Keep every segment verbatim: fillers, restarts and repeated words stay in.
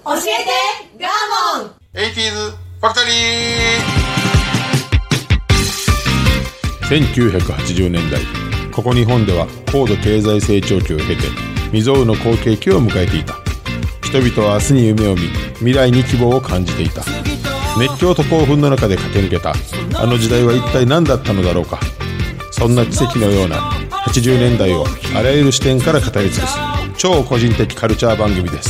教えてガーモン。 エイティーズファクトリー。せんきゅうひゃくはちじゅうねんだい、ここ日本では高度経済成長期を経て未曾有の好景気を迎えていた。人々は明日に夢を見、未来に希望を感じていた。熱狂と興奮の中で駆け抜けたあの時代は一体何だったのだろうか。そんな奇跡のようなはちじゅうねんだいをあらゆる視点から語り尽くす超個人的カルチャー番組です。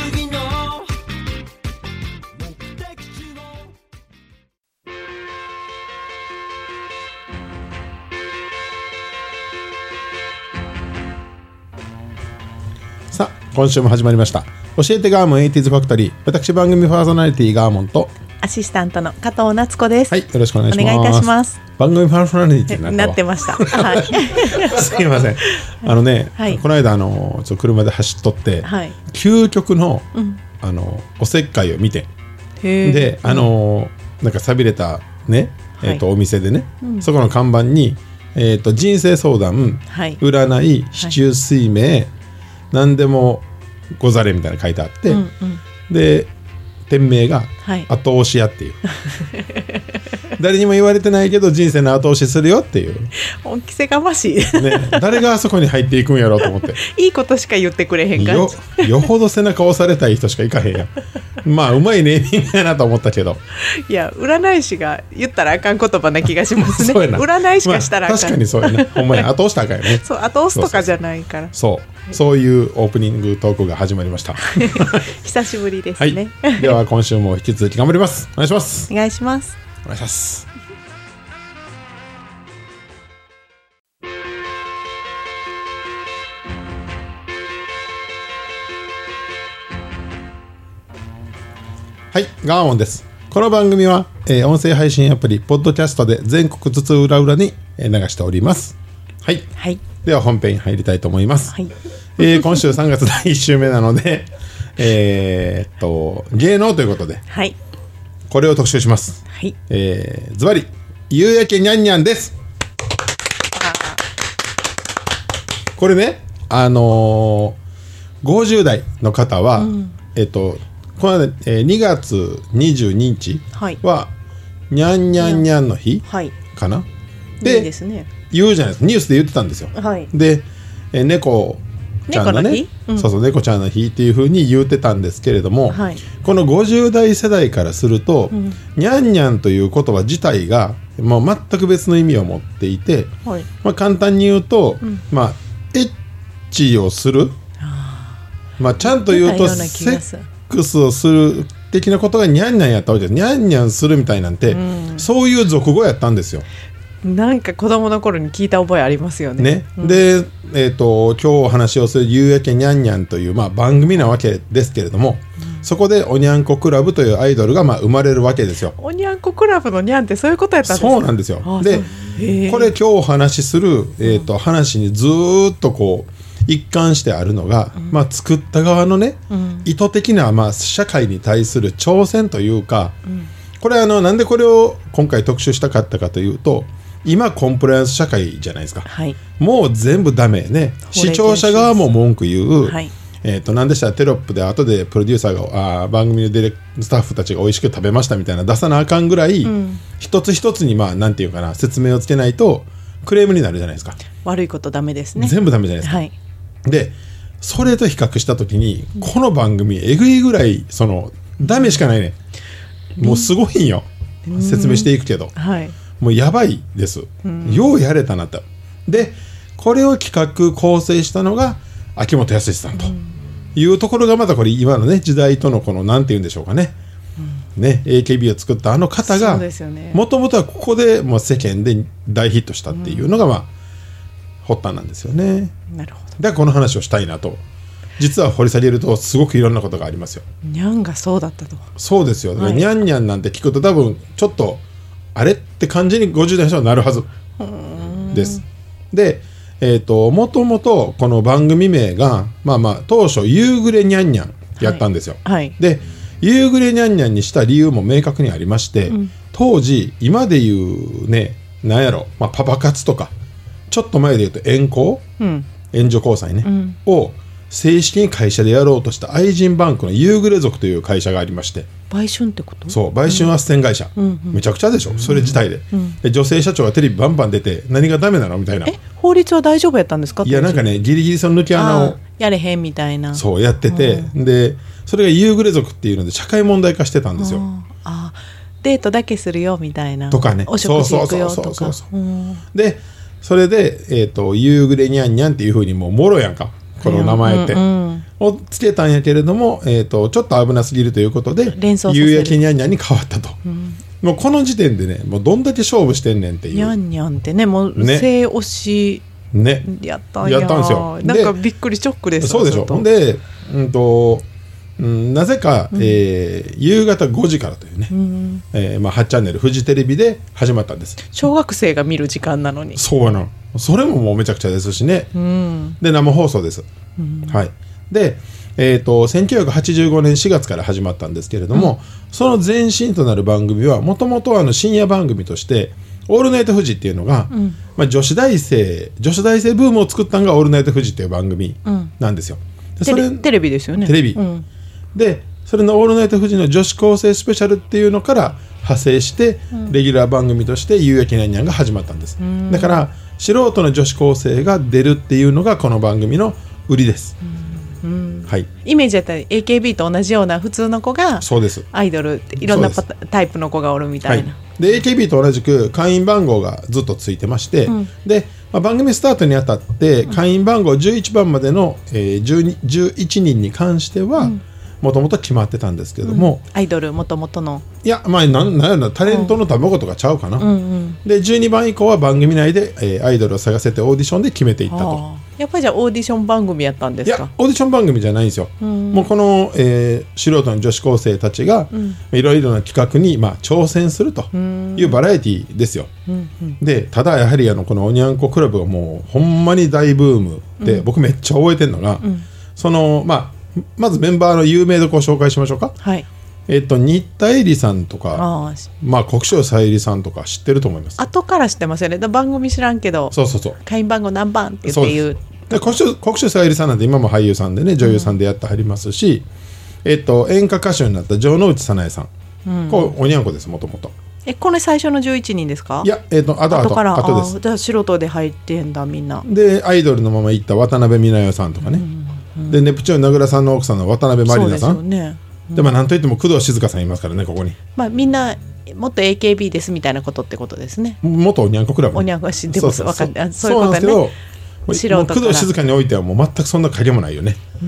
さあ、今週も始まりました教えてガーモンエイティーズファクトリー。私番組パーソナリティガーモンとアシスタントの加藤夏子です。 はい、よろしくお願いします。 お願いいたします。 番組パーソナリティになったわなってました。はい。 すいません。あのね、 はい、 この間あのちょっと車で走っとって、はい、究極の、うん、あのおせっかいを見て、で、あの、うん、なんか寂れたね、えーとはい、お店でね、うん、そこの看板に、えーと人生相談、はい、占い、四柱推命、はい、何でもござれみたいなの書いてあって、うんうん、で店名が後押し屋っていう、はい、誰にも言われてないけど人生の後押しするよっていう恩着せがましい、 ね、誰があそこに入っていくんやろうと思っていいことしか言ってくれへん感じ よ, よほど背中押されたい人しか行かへんやんまあうまいネーミングやなと思ったけど、 いや占い師が言ったらあかん言葉な気がしますね占いしかしたらあかん、 まあ、確かにそうやねほんまに後押したらあかんよねそう後押すとかじゃないからそうそういうオープニングトークが始まりました久しぶりですね、 はい、では今週も引き続き頑張ります。お願いします。 お願いしますお願いします。はい、ガーモンです。この番組は、えー、音声配信アプリポッドキャストで全国津々浦々に流しております。はい、はい、では本編に入りたいと思います、はいえー、今週さんがつだいいっ週目なのでえー、っと芸能ということで、はい、これを特集します。はい、えー、ズバリ夕焼けにゃんにゃんです。これね、あのー、ごじゅうだいの方は、うん、えっとこの間、えー、にがつにじゅうににちは、にゃんにゃんにゃんの日かな、はい、でいいですね、言うじゃないですか、ニュースで言ってたんですよ、はい、で、えー、猫ちゃんのね、うん、そうそう猫ちゃんの日っていう風に言ってたんですけれども、はい、このごじゅうだい世代からすると、うん、にゃんにゃんという言葉自体がもう全く別の意味を持っていて、はい、まあ、簡単に言うと、うん、まあエッチをする、まあ、ちゃんと言うとセックスをする的なことがにゃんにゃんやったわけです。にゃんにゃんするみたいなんて、うん、そういう俗語やったんですよ。 なんか子供の頃に聞いた覚えありますよね。 ね、うん、で、えーと、今日お話をする夕焼けにゃんにゃんという、まあ、番組なわけですけれども、うん、そこでおにゃんこクラブというアイドルがまあ生まれるわけですよ。 おにゃんこクラブのにゃんってそういうことやったんですか？ そうなんですよ。で、これ今日お話しする、えーと、話にずっとこう一貫してあるのが、うん、まあ、作った側のね、うん、意図的な、まあ、社会に対する挑戦というか、うん、これあのなんでこれを今回特集したかったかというと、今コンプライアンス社会じゃないですか、はい、もう全部ダメね。視聴者側も文句言う、はい、えー、と何でしたらテロップで後でプロデューサーがあ番組のディレクスタッフたちが美味しく食べましたみたいな出さなあかんぐらい、うん、一つ一つにまあなんていうかな説明をつけないとクレームになるじゃないですか。悪いことダメですね。 全部ダメじゃないですか、はい、でそれと比較したときにこの番組えぐいぐらいそのダメしかないね。もうすごいんよ、うん、説明していくけど、はい、もうやばいです、うん、ようやれたなと。でこれを企画構成したのが秋元康さんというところがまたこれ今のね時代とのこのなんていうんでしょうかね、うん、ね エーケービー を作ったあの方がもともとはここでもう世間で大ヒットしたっていうのがまあ、うん、発端なんですよね。なるほど。だからこの話をしたいなと。実は掘り下げるとすごくいろんなことがありますよ。 にゃんがそうだったと。そうですよ。 だからにゃんにゃんなんて聞くと多分ちょっとあれって感じにごじゅう代の人はなるはずです。で、えーと、もともとこの番組名がまあまあ当初夕暮れにゃんにゃんやったんですよ、はいはい、で夕暮れにゃんにゃんにした理由も明確にありまして、うん、当時今でいうねなんやろ、まあ、パパ活とかちょっと前で言うと援交、うん、援助交際ね、うん、を正式に会社でやろうとした愛人バンクの夕暮れ族という会社がありまして、 売春ってこと？ そう売春斡旋会社、うんうん、めちゃくちゃでしょ、うん、それ自体で、うん、で女性社長がテレビバンバン出て何がダメなのみたいな。 え法律は大丈夫やったんですか？ いやなんかねギリギリその抜け穴をやれへんみたいなそうやってて、うん、でそれが夕暮れ族っていうので社会問題化してたんですよ。 あデートだけするよみたいなとかね、 お食事行くよとか。 でそれで、えーと、夕暮れにゃんにゃんっていう風にもうもろやんかこの名前って、うんうんうん、をつけたんやけれども、えーと、ちょっと危なすぎるということで夕焼けにゃんにゃんに変わったと、うん、もうこの時点でねもうどんだけ勝負してんねんっていう。 にゃんにゃんってねもう性推し、ね、やったんややったんですよ。 なんかびっくりショックです。 そうでしょ。で、うんとうん、なぜか、うんえー、夕方ごじからというね、うんえーまあ、はちチャンネルフジテレビで始まったんです。 小学生が見る時間なのに。 そうやな。それももうめちゃくちゃですしね、うん、で生放送です、うんはい、で、えー、とせんきゅうひゃくはちじゅうごねんしがつから始まったんですけれども、うん、その前身となる番組はもともと深夜番組としてオールナイトフジっていうのが、うんまあ、女子大生女子大生ブームを作ったのがオールナイトフジっていう番組なんですよ、 うん、それテレ、テレビですよね。 テレビ、うん、でそれのオールナイトフジの女子高生スペシャルっていうのから派生して、うん、レギュラー番組として夕焼けにゃんにゃんが始まったんです、うん、だから素人の女子高生が出るっていうのがこの番組の売りです、うんうんはい、 イメージだったら エーケービー と同じような普通の子がそうですアイドルっていろんなパタタイプの子がおるみたいな、はい、 で エーケービー と同じく会員番号がずっとついてまして、うん、で、まあ、番組スタートにあたって会員番号じゅういちばんまでの、えー、じゅうに じゅういちにんに関しては、うんもともと決まってたんですけども、 うん、アイドルもともとのいやまあなんなんやろタレントの卵とかちゃうかな、うんうんうん、でじゅうにばん以降は番組内で、えー、アイドルを探せてオーディションで決めていったと。 やっぱりじゃあオーディション番組やったんですか？ いやオーディション番組じゃないんですよ、うん、もうこの、えー、素人の女子高生たちがいろいろな企画に、まあ、挑戦するというバラエティーですよ、うんうん、でただやはりあのこのおにゃんこクラブがもうほんまに大ブームで、うん、僕めっちゃ覚えてるのが、うん、そのまあまずメンバーの有名どころを紹介しましょうか。はい。えっと新田恵利さんとか、あまあ国生さゆりさんとか知ってると思います。 後から知ってますよね。番組知らんけど。 そうそうそう。 会員番号何番って言って言う。 で国生国生さゆりさんなんて今も俳優さんでね女優さんでやってはりますし、うん、えっと演歌歌手になった城之内早苗さん。うん、こうおにゃんこですもともと。 えこれ最初のじゅういちにんですか？ いやえっと後々 後から後です。 じゃあ素人で入ってんだみんな。 でアイドルのまま行った渡辺美奈代さんとかね。うんうん、でネプチューン名倉さんの奥さんの渡辺満里奈さん で,、ねうん、でまあなんといっても工藤静香さんいますからねここに、 まあ、みんなもっと エーケービー ですみたいなことってことですね。 元おにゃんこクラブおにゃんこしでも分かんないそういうことね。素人から工藤静香においてはもう全くそんな影もないよね、うん、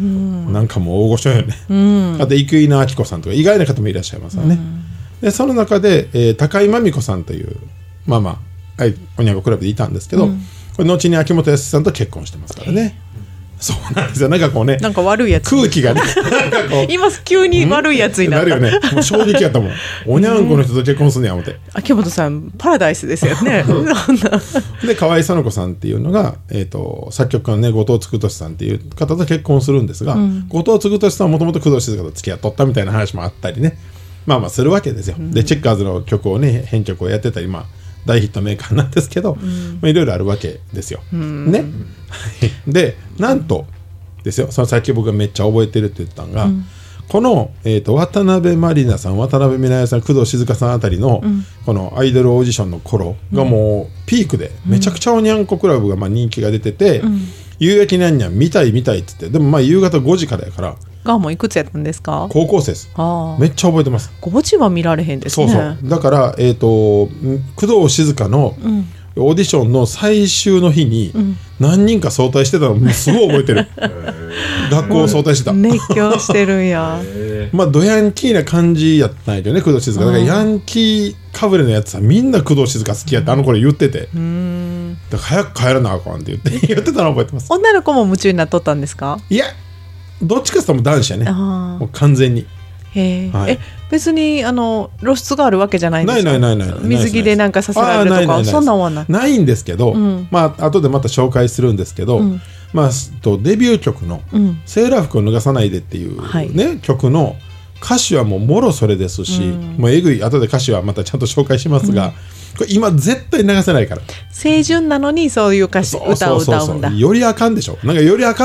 なんかもう大御所よね、うん、あと生稲晃子さんとか意外な方もいらっしゃいますよね、うん、でその中で、えー、高井真美子さんというまあまあおにゃんこクラブでいたんですけど、うん、これ後に秋元康さんと結婚してますからね。そうなんですよ。なんかこうねなんか悪いやつ空気がね今急に悪いやつになった、 なるよね。もう衝撃やったもんおにゃんこの人と結婚すんねや思って秋元さんパラダイスですよねで河合園子さんっていうのが、えー、と作曲家のね後藤嗣俊さんっていう方と結婚するんですが、うん、後藤嗣俊さんはもともと工藤静香と付き合っとったみたいな話もあったりねまあまあするわけですよ、うん、でチェッカーズの曲をね編曲をやってたりまあ大ヒットメーカーなんですけど、うんまあ、いろいろあるわけですよ、うん、ねでなんとですよそのさっき僕がめっちゃ覚えてるって言ったのが、うん、この、えー、と渡辺満里奈さん渡辺美奈代さん工藤静香さんあたりの、うん、このアイドルオーディションの頃がもうピークで、うん、めちゃくちゃおにゃんこクラブがまあ人気が出てて、うん、夕焼けにゃんにゃん見たい見たいって言ってでもまあ夕方ごじからやからがもういくつやったんですか？ 高校生です。めっちゃ覚えてます。 ごじは見られへんですね。 そうそうだから、えー、と工藤静香のオーディションの最終の日に何人か早退してたのすごい覚えてる学校を早退してた熱狂してるんやまあドヤンキーな感じやったんやけどね工藤静香だからヤンキーかぶれのやつはみんな工藤静香好きやってあの頃言っててうんだから早く帰らなあかんって言って言ってたの覚えてます。 女の子も夢中になっとったんですか？ いやどっちかって言ったら男子やねもう完全に。 へ、はい、え別にあの露出があるわけじゃないんですか？ ないないないない水着でなんかさせられるとかそんなんはないないんですけど、うん、まあ後でまた紹介するんですけど、うん、まあとデビュー曲の、うん、セーラー服を脱がさないでっていう、はい、ね曲の歌詞はもうもろそれですし、うん、もうえぐい後で歌詞はまたちゃんと紹介しますが、うん、これ今絶対流せないから清純なのにそういう歌詞歌を歌うんだ。 よりあかんでしょなんかよりあかんだよ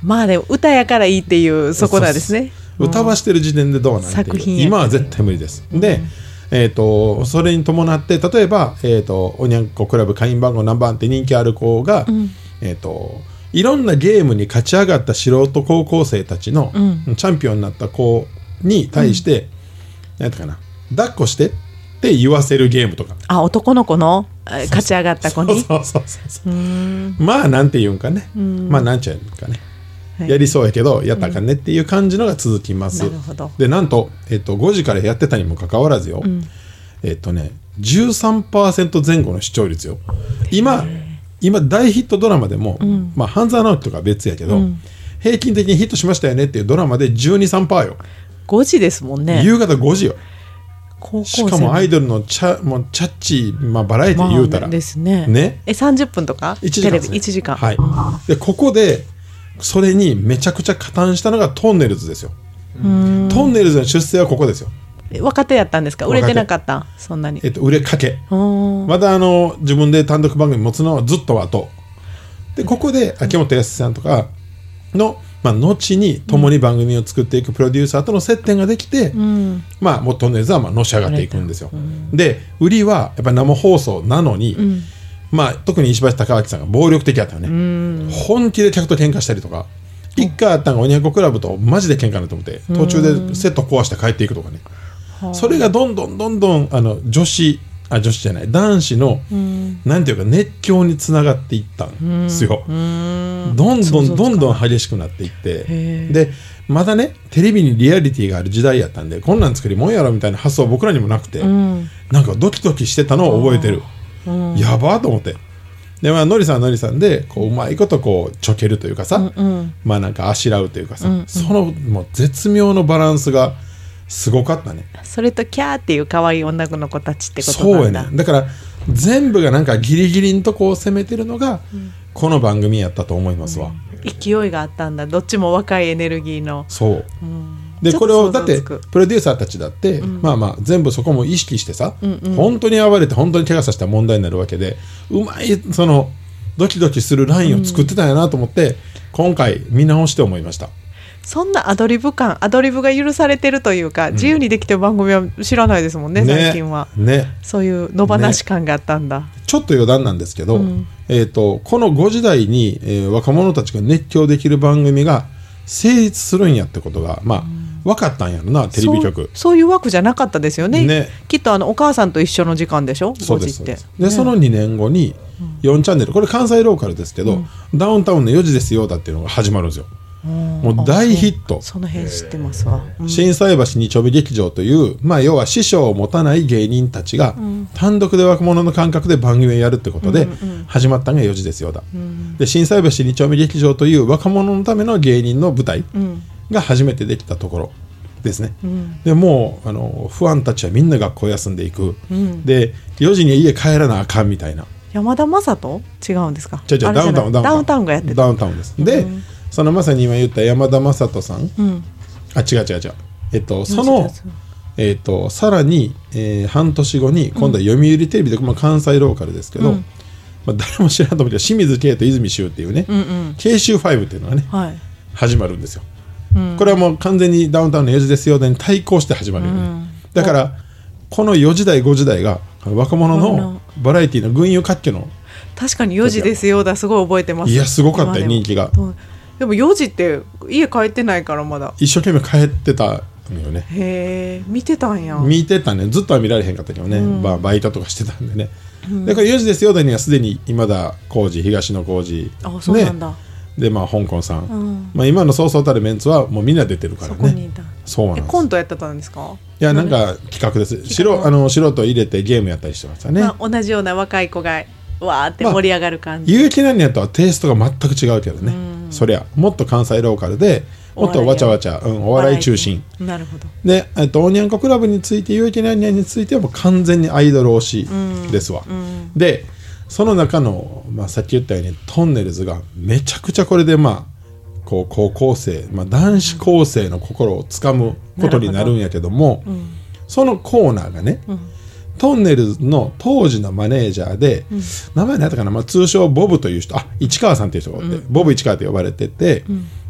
まあでも歌やからいいっていうそこなんですね。 歌わしてる時点でどうなんていう、作品今は絶対無理です、うん、で、えー、とそれに伴って例えば、えー、とおにゃんこクラブ会員番号何番って人気ある子が、うんえー、といろんなゲームに勝ち上がった素人高校生たちの、うん、チャンピオンになった子に対して、うん、何てかな抱っこしてって言わせるゲームとか、 あ男の子の勝ち上がった子にそうそうそうそう、まあなんて言うんかね、まあなんちゃうんかね、はい、やりそうやけどやったらあかんねっていう感じのが続きます、うん、なるほど。でなんと、えっと、ごじからやってたにもかかわらずよ、うん、えっとね じゅうさんパーセント 前後の視聴率よ。今今大ヒットドラマでも、うん、まあ半沢直樹とかは別やけど、うん、平均的にヒットしましたよねっていうドラマで じゅうに、さんパーセント よ。 ごじですもんね。 夕方ごじよ。しかもアイドルのチャもうチャッチー、まあ、バラエティー言うたら、まあ、 ですね。 ねえさんじゅっぷんとかいちじかんですね、 テレビいちじかん、 はい、でここでそれにめちゃくちゃ加担したのがトンネルズですよ。トンネルズの出世はここですよ。 若手やったんですか？売れてなかった？そんなに、 えっと、売れかけ。まだあの自分で単独番組持つのはずっと後で、ここで秋元康さんとかの、まあ、後に共に番組を作っていくプロデューサーとの接点ができて、うん、まあもうトンネルズはまあのし上がっていくんですよ、うん、で売りはやっぱり生放送なのに、うん、まあ特に石橋貴明さんが暴力的だったよね、うん、本気で客と喧嘩したりとか、一回あったのがおにゃんこクラブとマジで喧嘩になって思って途中でセット壊して帰っていくとかね、うん、それがどんどんどんどんあの女子あ女子じゃない男子の、うん、なんていうか熱狂につながっていったんですよ、うん、どんどんどんどん激しくなっていって、でまだねテレビにリアリティがある時代やったんで、こんなん作りもんやろみたいな発想は僕らにもなくて、うん、なんかドキドキしてたのを覚えてる、うん、やばーと思って。でまあのりさんはのりさんでこううまいことこうちょけるというかさ、うんうん、まあなんかあしらうというかさ、うんうん、そのもう絶妙のバランスがすごかったね。 それとキャーっていう可愛い女の子たちってことなんだ。 そうやね。だから全部がなんかギリギリのとこを攻めてるのが、うん、この番組やったと思いますわ、うん、勢いがあったんだ。どっちも若いエネルギーの。 そう、うん、でこれをだってプロデューサーたちだって、うん、まあまあ全部そこも意識してさ、うんうん、本当に暴れて本当に怪我させた問題になるわけで、うまいそのドキドキするラインを作ってたんやなと思って、うん、今回見直して思いました。 そんなアドリブ感、アドリブが許されてるというか、うん、自由にできてる番組は知らないですもんね、最近は、ね、そういう野放し感があったんだ、ね、ちょっと余談なんですけど、うん、えーと、このご時代に、えー、若者たちが熱狂できる番組が成立するんやってことが、まあ、うん、分かったんやろな、テレビ局。 そ, そういう枠じゃなかったですよ ね, ねきっとあのお母さんと一緒の時間でしょ。 そうですそうです。で、ね、そのにねんごによんチャンネル、これ関西ローカルですけど、うん、ダウンタウンのよじですよだっていうのが始まるんですよ。もう大ヒット。 そ, その辺知ってますわ、 うん、心斎橋に丁目劇場という、まあ、要は師匠を持たない芸人たちが、うん、単独で若者の感覚で番組をやるってことで、うんうん、始まったのがよじですよだ、うん、で心斎橋に丁目劇場という若者のための芸人の舞台が初めてできたところですね、うん、でもうあのファンたちはみんな学校休んでいく、うん、でよじに家帰らなあかんみたいな。 山田雅人違うんですか。 違う違う、ダウンタウンダウンタウンがやってた。 ダウンタウンです。で、うんそのまさに今言った山田雅人さん、うん、あ違う違う違う、えっとその、えっと、さらに、えー、半年後に今度は読売テレビで、うんまあ、関西ローカルですけど、うんまあ、誰も知らんと思うけど清水圭と泉秀っていうね、うんうん、慶州ファイブっていうのがね、はい、始まるんですよ、うん、これはもう完全にダウンタウンのよじですよに対抗して始まるよね、うん、だからこのよじ台ごじ台が若者のバラエティの群雄割拠の。 確かによじですよだすごい覚えてます。 いやすごかったよ人気が。 でもよじって家帰ってないからまだ一生懸命帰ってたのよね。 へえ見てたんや。 見てたね。ずっとは見られへんかったけどね、うんまあ、バイトとかしてたんでね、うん、だからよじですよだにはすでに今田耕司東野幸治あそうなんだ、ね、 でまあ香港さん、うんまあ、今のそうそうたるメンツはもうみんな出てるからね。そこにいた。そうなんです。 コントやってたんですか。 いやなんか企画です。素あの素人入れてゲームやったりしてましたね、まあ、同じような若い子がわーって盛り上がる感じ、 まあ、結城何々とはテイストが全く違うけどね、うん、そりゃもっと関西ローカルでもっとわちゃわちゃ、うん、お笑い中心。 なるほど。 で、えっと、おにゃんこクラブについて結城何々についてはもう完全にアイドル推しですわ、うんうん、でその中の、まあ、さっき言ったようにトンネルズがめちゃくちゃこれでまあこう高校生、まあ、男子高生の心をつかむことになるんやけども、うん、そのコーナーがね、うんトンネルズの当時のマネージャーで、うん、名前何やったかな、まあ、通称ボブという人、あ市川さんという人がおって、うん、ボブ市川と呼ばれてて、うん、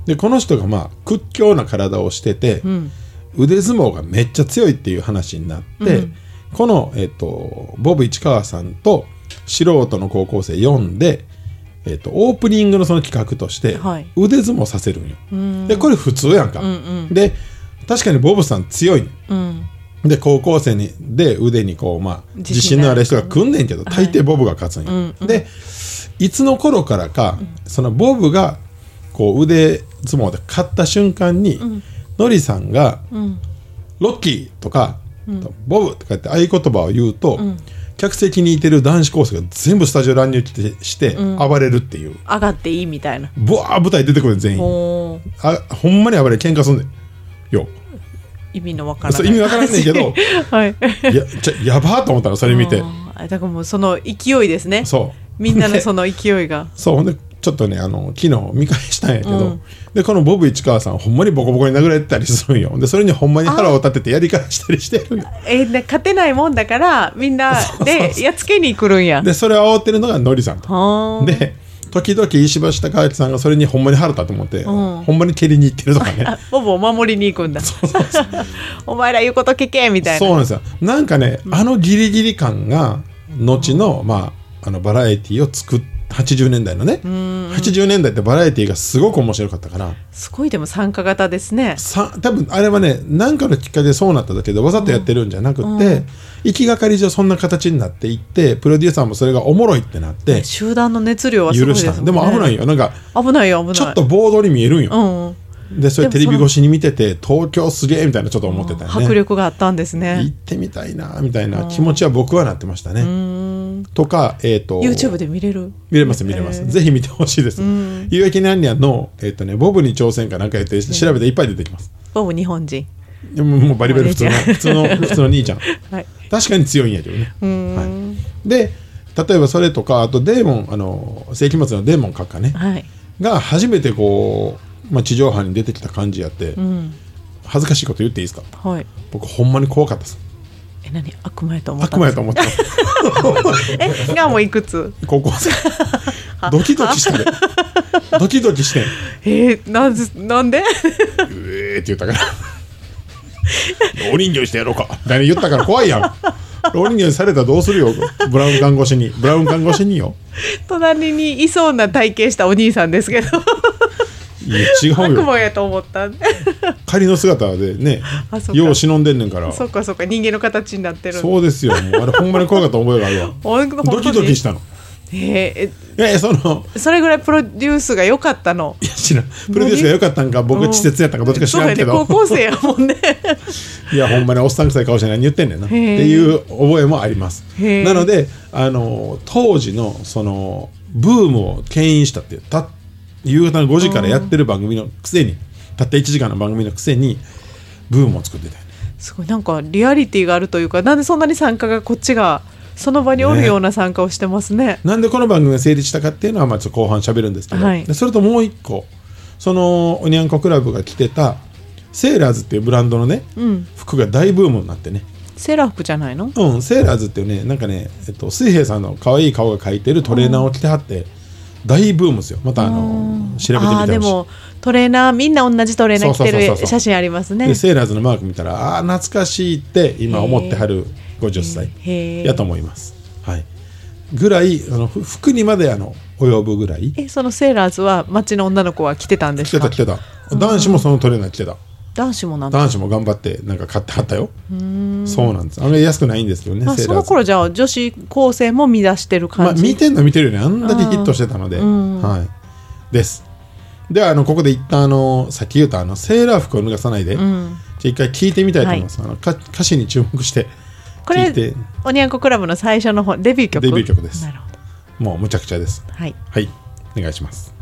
でこの人がまあ屈強な体をしてて、うん、腕相撲がめっちゃ強いっていう話になって、うん、この、えー、とボブ市川さんと素人の高校生呼んで、えー、とオープニングのその企画として腕相撲させるんよ、はい、でこれ普通やんか、うんうん、で確かにボブさん強い、うん、で高校生にで腕にこう、まあ、自信のある人が組んでんけど、大抵ボブが勝つんよ、はい、でいつの頃からか、うん、そのボブがこう腕相撲で勝った瞬間に、うん、ノリさんが、うん、ロッキーとか、うん、ボブとかって合言葉を言うと、うん、客席にいてる男子高生が全部スタジオ乱入して暴れるっていう、うん、 上がっていいみたいなブワー舞台出てくる全員あほんまに暴れ喧嘩すんねんよ意味のわからない意味わからんねんけど、はい、や, やばーと思ったのそれ見てだからもうその勢いですねそうみんなのその勢いがそうほんでちょっとねあの昨日見返したんやけど、うん、でこのボブ市川さんほんまにボコボコに殴られてたりするんよでそれにほんまに腹を立ててやり返したりしてるんよえー、勝てないもんだからみんなでやっつけに来るんやでそれを煽ってるのがノリさんとで時々石橋貴明さんがそれにほんまに腹立って思って、うん、ほんまに蹴りに行ってるとかねボブを守りに行くんだそうそうそうお前ら言うこと聞けみたいなそうなんですよなんかね、うん、あのギリギリ感が後の、うんまあ、あのバラエティを作ってはちじゅうねんだいのねはちじゅうねんだいってバラエティがすごく面白かったからすごいでも参加型ですねさ多分あれはね何かのきっかけでそうなっただけでわざとやってるんじゃなくて、うんうん、行きがかり上そんな形になっていってプロデューサーもそれがおもろいってなって集団の熱量はすごいですもんねでも危ないよなんか危ないよ危ないちょっとボードに見えるんよ、うんでそれテレビ越しに見てて東京すげえみたいなちょっと思ってたよね迫力があったんですね行ってみたいなみたいな気持ちは僕はなってましたねうんとか、えーと YouTube で見れる見れます見れます、えー、ぜひ見てほしいです有益なにゃんの、えーとね、ボブに挑戦かなんかやって調べていっぱい出てきますボブ日本人もうバリバリ普通の普通の普通の兄ちゃん、はい、確かに強いんやけどね、はい、で例えばそれとかあとデーモンあの世紀末のデーモン閣下ね、はい、が初めてこうまあ、地上波に出てきた感じやって、うん、恥ずかしいこと言っていいですか、はい、僕ほんまに怖かったですえ何悪魔やと思った悪魔やと思ったえがもういくつ高校生ドキドキしてるドキドキしてんえー、なんでなんでえーって言ったからお人形してやろうか誰言ったから怖いやんお人形にされたらどうするよブラウン看護師にブラウン看護師によ隣にいそうな体型したお兄さんですけどいや違うよ悪魔やと思った仮の姿でねよう忍んでんねんからそっかそっか人間の形になってるそうですよもうあれほんまに怖かった覚えがあるわドキドキしたのえー、えそのそれぐらいプロデュースが良かったのいや知らんプロデュースが良かったんか僕稚拙やったんかどっちか知らんけど、 ね、高校生やもんねいやほんまにおっさんくさい顔して何言ってんねんなっていう覚えもありますなのであの当時のそのブームを牽引したってた夕方のごじからやってる番組のくせにたったいちじかんの番組のくせにブームを作ってたよねすごいなんかリアリティがあるというかなんでそんなに参加がこっちがその場におるような参加をしてますねなんでこの番組が成立したかっていうのはまあちょっと後半喋るんですけど、はい、それともう一個そのおにゃんこクラブが着てたセーラーズっていうブランドのね、うん、服が大ブームになってねセーラー服じゃないのうんセーラーズっていうねなんかね、えっと、水平さんの可愛い顔が描いてるトレーナーを着てはって、うん大ブームですよまたあの調べてみてほしいあでもトレーナーみんな同じトレーナー着てる写真ありますねでセーラーズのマーク見たらあ懐かしいって今思ってはるごじゅっさいやと思います、はい、ぐらいあの服にまであの及ぶぐらいえそのセーラーズは街の女の子は着てたんですか着てた着てた男子もそのトレーナー着てた男子もなんだ男子も頑張ってなんか買ってはったようんそうなんですあんまり安くないんですけどねその頃じゃあ女子高生も見出してる感じ、 まあ、見てんの見てるよねあんだけヒットしてたので、はい、ですではあのここで一旦あのさっき言ったあのセーラー服を脱がさないで、うん、じゃ一回聞いてみたいと思います、はい、あの歌, 歌詞に注目してこれおにゃんこクラブの最初の方デビュー曲デビュー曲ですなるほどもうむちゃくちゃですはい、はい、お願いします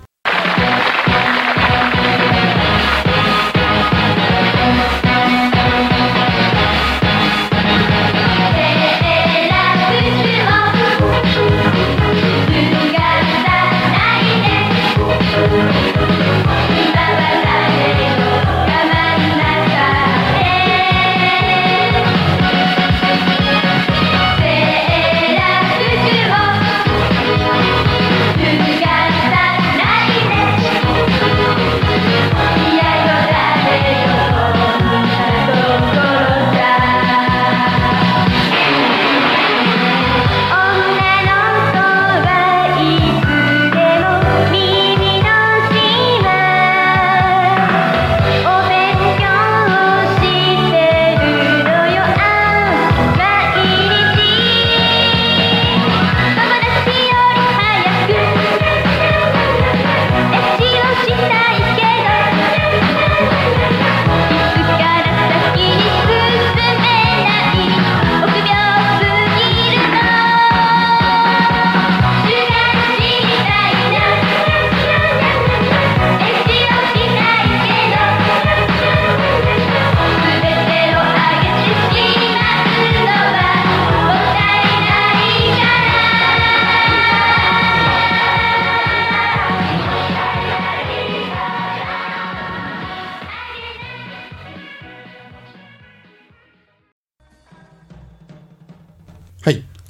「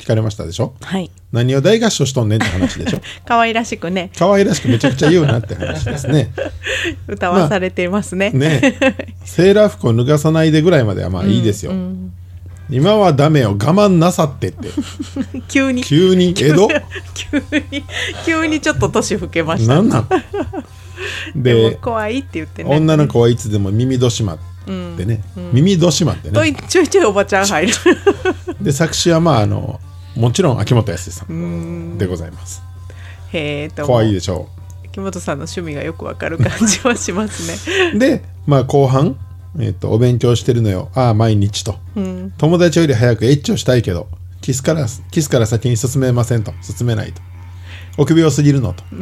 かれましたでしょ。 はい。 何を大合唱しとんねんって話でしょ。 可愛らしくね。 可愛らしくめちゃくちゃ言うなって話ですね。 歌わされていますね。 まあ、ね。セーラー服を脱がさないでぐらいまではまあいいですよ。うんうん、今はダメよ、我慢なさってって急に急に江戸急に急にちょっと年老けました。 なんなんで, でも怖いって言ってね。 女の子はいつでも耳戸島ってね、うん、耳戸島ってね、 ちょいちょいおばちゃん入るで作詞はまああのもちろん秋元康さんでございます。 へーと怖いでしょう。秋元さんの趣味がよくわかる感じはしますねでまあ後半、えー、とお勉強してるのよ、ああ毎日と、うん、友達より早くエッチをしたいけどキスからキスから先に進めませんと、進めないと、臆病すぎるのと、うん、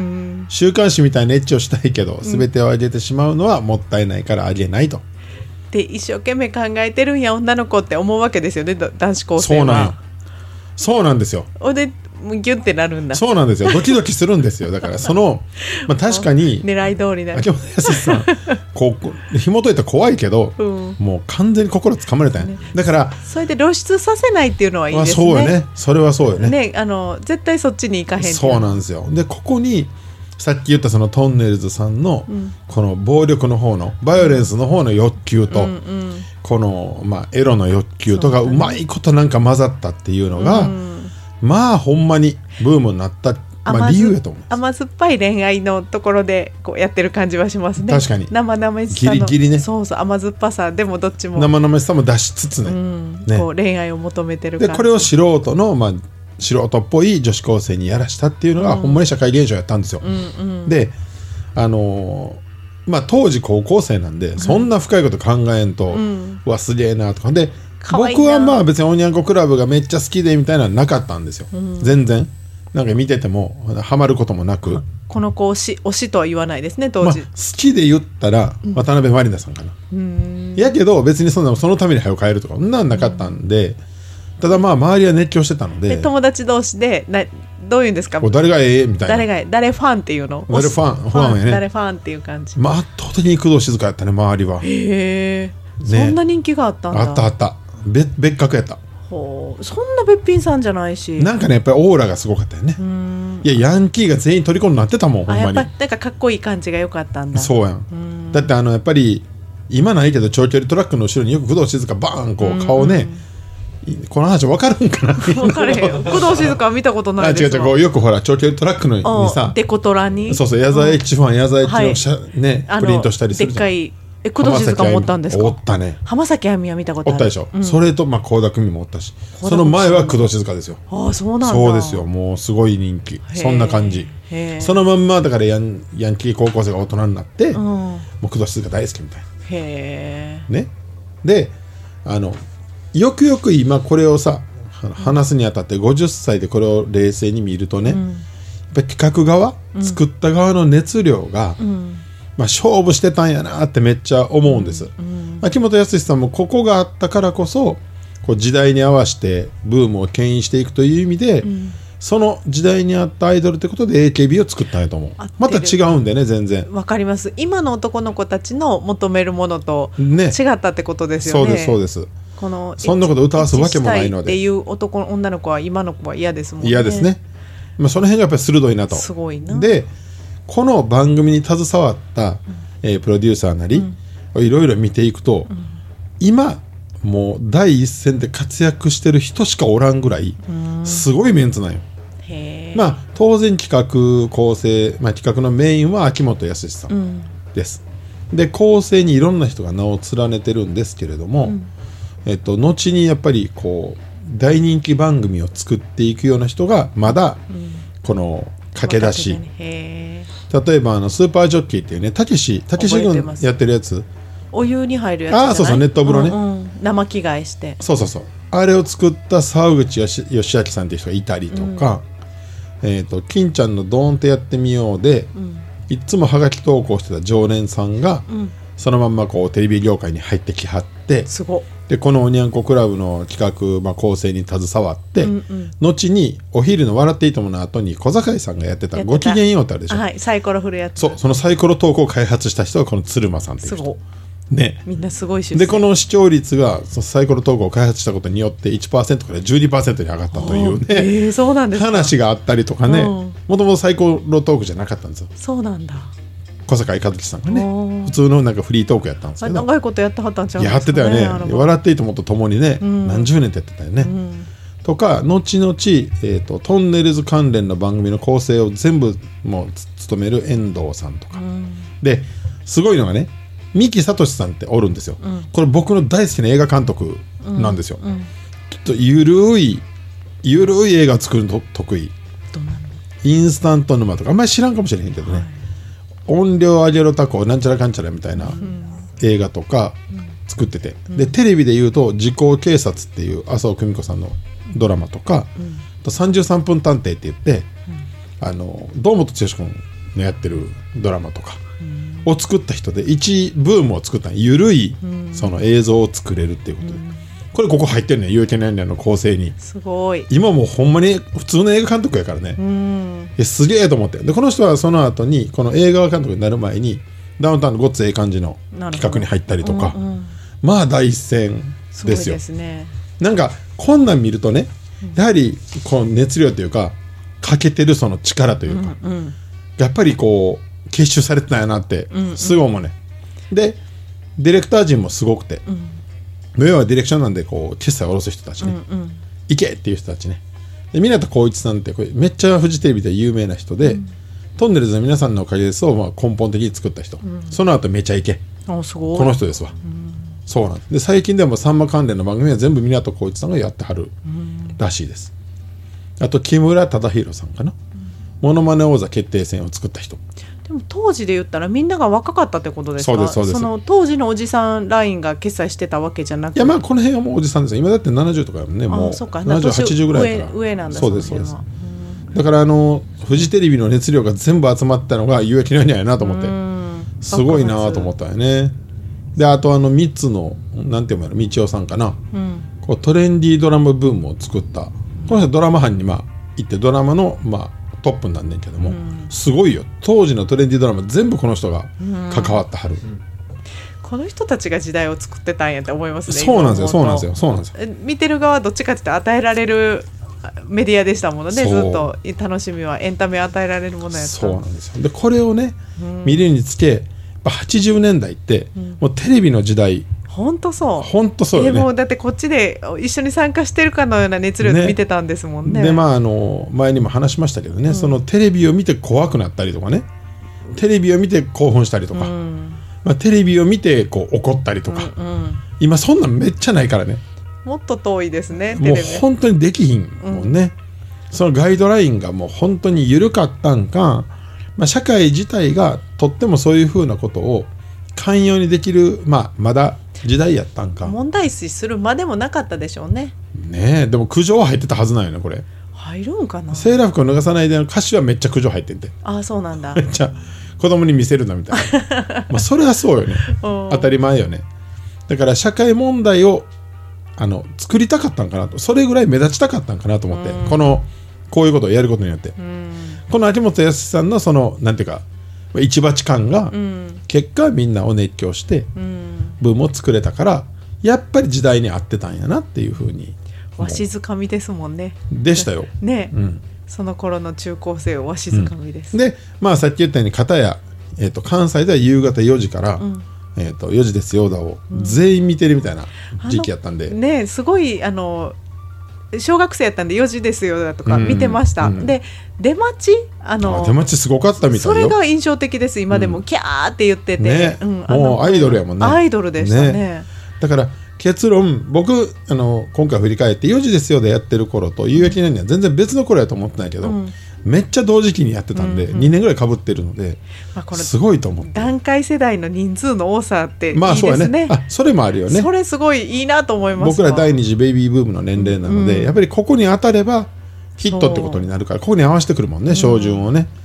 週刊誌みたいなエッチをしたいけど全てをあげてしまうのはもったいないからあげないと、 で一生懸命考えてるんや女の子って思うわけですよね、男子高生は。 そうなんよ、そうなんですよ。 おでギュンってなるんだ。 そうなんですよ、ドキドキするんですよ。だからその、まあ、確かに狙い通りだ。 秋元康さんこう紐解いたら怖いけど、うん、もう完全に心つかまれたんや、ね、だからそれで露出させないっていうのはいいですね。 まあ、そうよね、それはそうよね。 ね、あの絶対そっちに行かへん。 そうなんですよ。でここにさっき言ったそのトンネルズさんのこの暴力の方のバイオレンスの方の欲求と、うんうん、このまあエロの欲求とかうまいことなんか混ざったっていうのが、うん、まあほんまにブームになった、まあ、理由やと思う。 甘酸っぱい恋愛のところでこうやってる感じはしますね。 確かに生々しさのギリギリね。 そうそう、甘酸っぱさでもどっちも生々しさも出しつつね、うん、 ね、こう恋愛を求めてる感じで、これを素人のまあ素人っぽい女子高生にやらしたっていうのが、うん、ほんまに社会現象やったんですよ、うんうん、であのー、まあ当時高校生なんで、うん、そんな深いこと考えんと、うん、うわすげえなとかで、僕はまあ別におにゃんこクラブがめっちゃ好きでみたいなのはなかったんですよ、うん、全然なんか見ててもハマることもなく、 この子推し、推しとは言わないですね当時、 まあ、好きで言ったら渡辺満里奈さんかな、うん、やけど別にそんなそのために早く帰るとかそんなんなかったんで、うん、ただまあ周りは熱狂してたの で, で友達同士でなどういうんですか、 誰がええみたいな、 誰がええ、誰ファンっていうの、 誰ファンファンやね、 誰ファンっていう感じ、 まあ、圧倒的に工藤静香やったね周りは。 へえ、ね、そんな人気があったんだ。 あったあった、別別格やった。 ほう、そんなべっぴんさんじゃないし、 なんかねやっぱりオーラがすごかったよね。うん、いやヤンキーが全員虜になってたもん、ほんまに。 あ、やっぱなんかかっこいい感じが良かったんだ。 そうやん、うん、だってあのやっぱり今ないけど長距離トラックの後ろによく工藤静香バーンこう顔ね、うん、この話分かるんかな。 分かれへん、工藤静香見たことないですわ。 あ、違う違う、こうよくほら長距離トラックのにさデコトラに、 そうそう、矢沢永吉ファン、矢沢永吉の、はい、ね、プリントしたりするじゃん。でっかい、 え、工藤静香もおったんですか。 おったね。 浜崎あゆみは見たことある。 おったでしょ、うん、それとまあ倖田來未もおったし、その前は工藤静香ですよ。 ああ、そうなんだ。 そうですよ、もうすごい人気、そんな感じ。そのまんまだからヤン、ヤンキー高校生が大人になって、うん、もう工藤静香大好きみたいな。へー、ね。であのよくよく今これをさ話すにあたってごじゅっさいでこれを冷静に見るとね、うん、やっぱ企画側、うん、作った側の熱量が、うん、まあ、勝負してたんやなってめっちゃ思うんです、うんうん、秋元康さんもここがあったからこそこう時代に合わせてブームを牽引していくという意味で、うん、その時代に合ったアイドルってことで エーケービー を作ったんやと思う。また違うんでね、全然わかります。今の男の子たちの求めるものと違ったってことですよね。 そうですそうです。 このそんなこと歌わすわけもないので、 っていう男の女の子は今の子は嫌ですもんね。 嫌ですね、まあ、その辺がやっぱり鋭いなと。 すごいな。 でこの番組に携わった、うん、えー、プロデューサーなり、うん、いろいろ見ていくと、うん、今もう第一線で活躍してる人しかおらんぐらいすごいメンツなんよ。へー、まあ当然企画構成、まあ、企画のメインは秋元康さんです、うん、で構成にいろんな人が名を連ねてるんですけれども、うん、えっと、後にやっぱりこう大人気番組を作っていくような人がまだこの駆け出し、うん、例えばあのスーパージョッキーっていうね、たけしたけし軍やってるやつ、 お湯に入るやつじゃない？ ああ、そうそう、熱湯風呂ね、 うんうん、生着替えして、 そうそうそう、あれを作った沢口義明さんっていう人がいたりとか、うん、えーと金ちゃんのドーンってやってみようで、うん、いつもハガキ投稿してた常連さんが、うん、そのまんまこうテレビ業界に入ってきはって、 すごでこのおにゃんこクラブの企画、まあ、構成に携わって、うんうん、後にお昼の笑っていいともの後に小坂井さんがやってたごきげんようってあるでしょ、 はい、サイコロ振るやつ、 そう、そのサイコロ投稿を開発した人がこの鶴間さんっていう人ね、 みんなすごい出世でこの視聴率がそのサイコロトークを開発したことによって いちパーセント から じゅうにパーセント に上がったというね、 えー、そうなんですか。 話があったりとかね、もともとサイコロトークじゃなかったんですよ。 そうなんだ。 小坂井和樹さんがね普通のなんかフリートークやったんですけど、 長いことやってはったんちゃうんですかね。 やってたよね。笑っていいともと共にね、うん、何十年ってやってたよね、うん、とか後々、えーと、トンネルズ関連の番組の構成を全部もう務める遠藤さんとか、うん、ですごいのがね三木聡さんっておるんですよ、うん、これ僕の大好きな映画監督なんですよ、うんうん、ちょっとゆるいゆるい映画作るの得意。 どうなの？ インスタント沼とかあんまり知らんかもしれへんけどね、はい、音量上げろタコなんちゃらかんちゃらみたいな映画とか作ってて、うん、でテレビで言うと時効警察っていう麻生久美子さんのドラマとか、うん、とさんじゅうさんぷん探偵って言って、うん、あの堂本剛君のやってるドラマとかを作った人で一ブームを作ったゆるいその映像を作れるっていうことで、うん、これここ入ってるね、有権年齢の構成に。 すごい。 今もうほんまに普通の映画監督やからね、うん、えすげえと思って。でこの人はその後にこの映画監督になる前にダウンタウンのごっつええ感じの企画に入ったりとか、うんうん、まあ第一線ですよ。 すごいですね。 なんかこんなん見るとね、やはりこう熱量というか欠けてるその力というか、うんうん、やっぱりこう結集されてたんやなってすごい思うね、うんうん、でディレクター陣もすごくて、うん、要はディレクションなんでこう決済を下ろす人たちね、うんうん、行けっていう人たちね。で湊浩一さんってこれめっちゃフジテレビで有名な人で、うん、トンネルズの皆さんのおかげですをまあ根本的に作った人、うん、その後めちゃイケ、 あすごいこの人ですわ、うん、そうなんで最近でもさんま関連の番組は全部湊浩一さんがやってはるらしいです、うん、あと木村忠宏さんかな、モノマネ王座決定戦を作った人。 でも当時で言ったらみんなが若かったってことですか？ そうですそうです。 その当時のおじさんラインが決済してたわけじゃなくて、 いやまあこの辺はもうおじさんですよ。今だってななじゅうとかね、もうななじゅう、はちじゅうぐらいから上, 上なんだ。 そうですそうです。だからあのフジテレビの熱量が全部集まったのが有益なにゃやなと思って、すごいなと思ったよね。であとあのみっつのなんていうのみちおさんかな、うん、こうトレンディードラマブームを作った、この人ドラマ班にまあ行ってドラマのまあトップになんねんけども、うん、すごいよ。当時のトレンディードラマ全部この人が関わってはる、うん、 この人たちが時代を作ってたんやって思いますね。 そうなんですよそうなんですよそうなんですよ。 見てる側はどっちかっていうと与えられるメディアでしたものね。ずっと楽しみはエンタメを与えられるものやった。 そうなんですよ。でこれをね、うん、見るにつけはちじゅうねんだいって、うん、もうテレビの時代本当そう本当そうよね。 でもだってこっちで一緒に参加してるかのような熱量で見てたんですもんね。 でまああの前にも話しましたけどね、うん、そのテレビを見て怖くなったりとかね、テレビを見て興奮したりとか、うんまあ、テレビを見てこう怒ったりとか、うんうん、今そんなんめっちゃないからね。 もっと遠いですね。 もう本当にできひんもんね、うん、そのガイドラインがもう本当に緩かったんか、まあ、社会自体がとってもそういうふうなことを寛容にできる、まあ、まだ時代やったんか。 問題視するまでもなかったでしょうね。 ねえでも苦情は入ってたはずなんよね。これ入るんかな。 セーラー服を脱がさないでの歌詞はめっちゃ苦情入ってんて。 ああそうなんだ。 めっちゃ子供に見せるなみたいなまあそれはそうよね当たり前よね。だから社会問題をあの作りたかったんかなと、それぐらい目立ちたかったんかなと思って、このこういうことをやることによって、この秋元康さんのそのなんていうか一鉢感が、うん、結果みんなを熱狂して、うん、ブームを作れたからやっぱり時代に合ってたんやなっていうふうに。 わしづかみですもんね。 でしたよね、 うん、 その頃の中高生をわしづかみです、 うん、でまあさっき言ったように片や、えーと、関西では夕方よじから、うんえー、とよじですよだを全員見てるみたいな時期やったんで、 うん、ねすごいあの小学生やったんでよじですよだとか見てました、うんうん、で出待ちあのあ出待ちすごかったみたいよ。 それが印象的です。今でもキャーって言ってて、 ねうん、もうアイドルやもんね。 アイドルでした ね, ねだから結論僕あの今回振り返ってよじですよでやってる頃と有益なには全然別の頃やと思ってないけど、うんめっちゃ同時期にやってたんで、うんうん、にねんぐらい被ってるので、まあ、このすごいと思って団塊世代の人数の多さっていいですね。 まあそうやね。あそれもあるよね。 それすごいいいなと思います。 僕ら第二次ベイビーブームの年齢なので、うん、やっぱりここに当たればヒットってことになるからここに合わせてくるもんね、照準をね。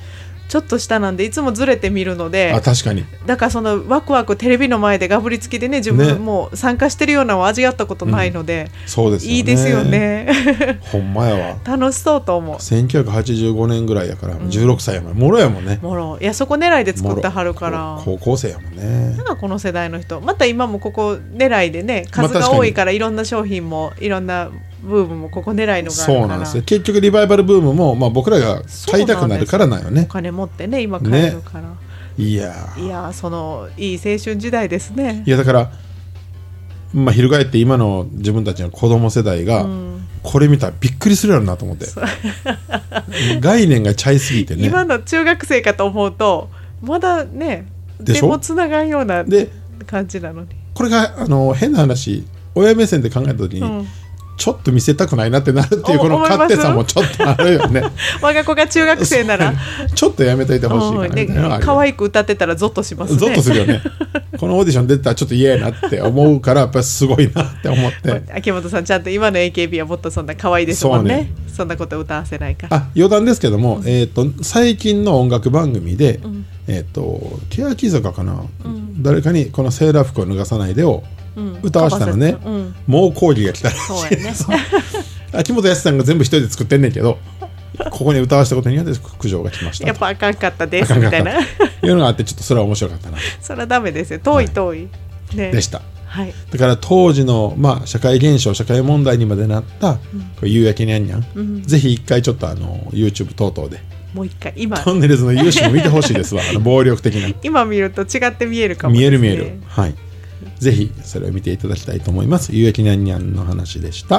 ちょっと下なんでいつもずれて見るので、 あ確かにだからそのワクワクテレビの前でがぶりつきでね自分も参加してるようなのを味わったことないので、 うん、そうですよね、 いいですよねほんまやわ、 楽しそうと思う。 せんきゅうひゃくはちじゅうごねんぐらいやからじゅうろくさいやもん、うん、もろやもんね。 もろいやそこ狙いで作ってはるから高校生やもんね。 なんかこの世代の人また今もここ狙いでね数が多いからいろんな商品もいろんなブームもここ狙いのがあるから。 そうなんですよ。結局リバイバルブームも、まあ、僕らが買いたくなるからなんよね。 お金持ってね今買えるから、ね、 いやいやそのいい青春時代ですね。 いやだから、まあ、翻って今の自分たちの子供世代が、うん、これ見たらびっくりするやろなと思って概念がちゃいすぎてね。 今の中学生かと思うとまだねでもつながんような感じなのに、 これがあの変な話親目線で考えた時に、うんちょっと見せたくないなってなるっていうこの勝手さもちょっとあるよね我が子が中学生ならちょっとやめといてほしいかなみたいなのがある。 可愛く歌ってたらゾッとしますね。 ゾッとするよねこのオーディション出てたらちょっと嫌やなって思うからやっぱりすごいなって思って秋元さんちゃんと今の エーケービー はもっとそんな可愛いですもん ね, ねそんなこと歌わせないから。 あ余談ですけども、うんえー、と最近の音楽番組で、うんえー、と欅坂かな、うん、誰かにこのセーラー服を脱がさないでをうん、歌わしたのね、うん、もう抗議が来たらしい。そうやね秋元康さんが全部一人で作ってんねんけどここに歌わしたことによって苦情が来ました。 やっぱあかんかったですみたいないうのがあってちょっとそれは面白かったなそれはダメですよ遠い遠い、はいね、 でした、 はい、 だから当時の、まあ、社会現象社会問題にまでなった、うん、これ夕焼けにゃんにゃん、うん、ぜひ一回ちょっとあの YouTube 等々でもう一回今トンネルズの勇姿も見てほしいですわあの暴力的な今見ると違って見えるかもですね。 見える見えるはいぜひそれを見ていただきたいと思います。ゆうやきにゃんにゃんの話でした。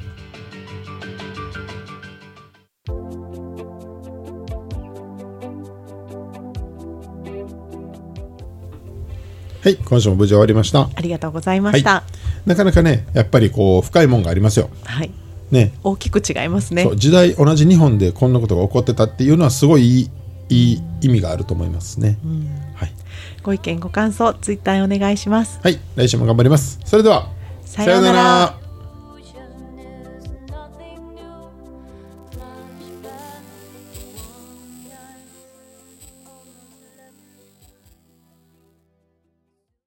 はい今週も無事終わりました。 ありがとうございました、はい、 なかなかねやっぱりこう深いもんがありますよ。 はいね、 大きく違いますね。 そう時代同じ日本でこんなことが起こってたっていうのはすごいいい、いい意味があると思いますね、うんはい、 ご意見ご感想ツイッターにお願いします。 はい来週も頑張ります。それではさようなら。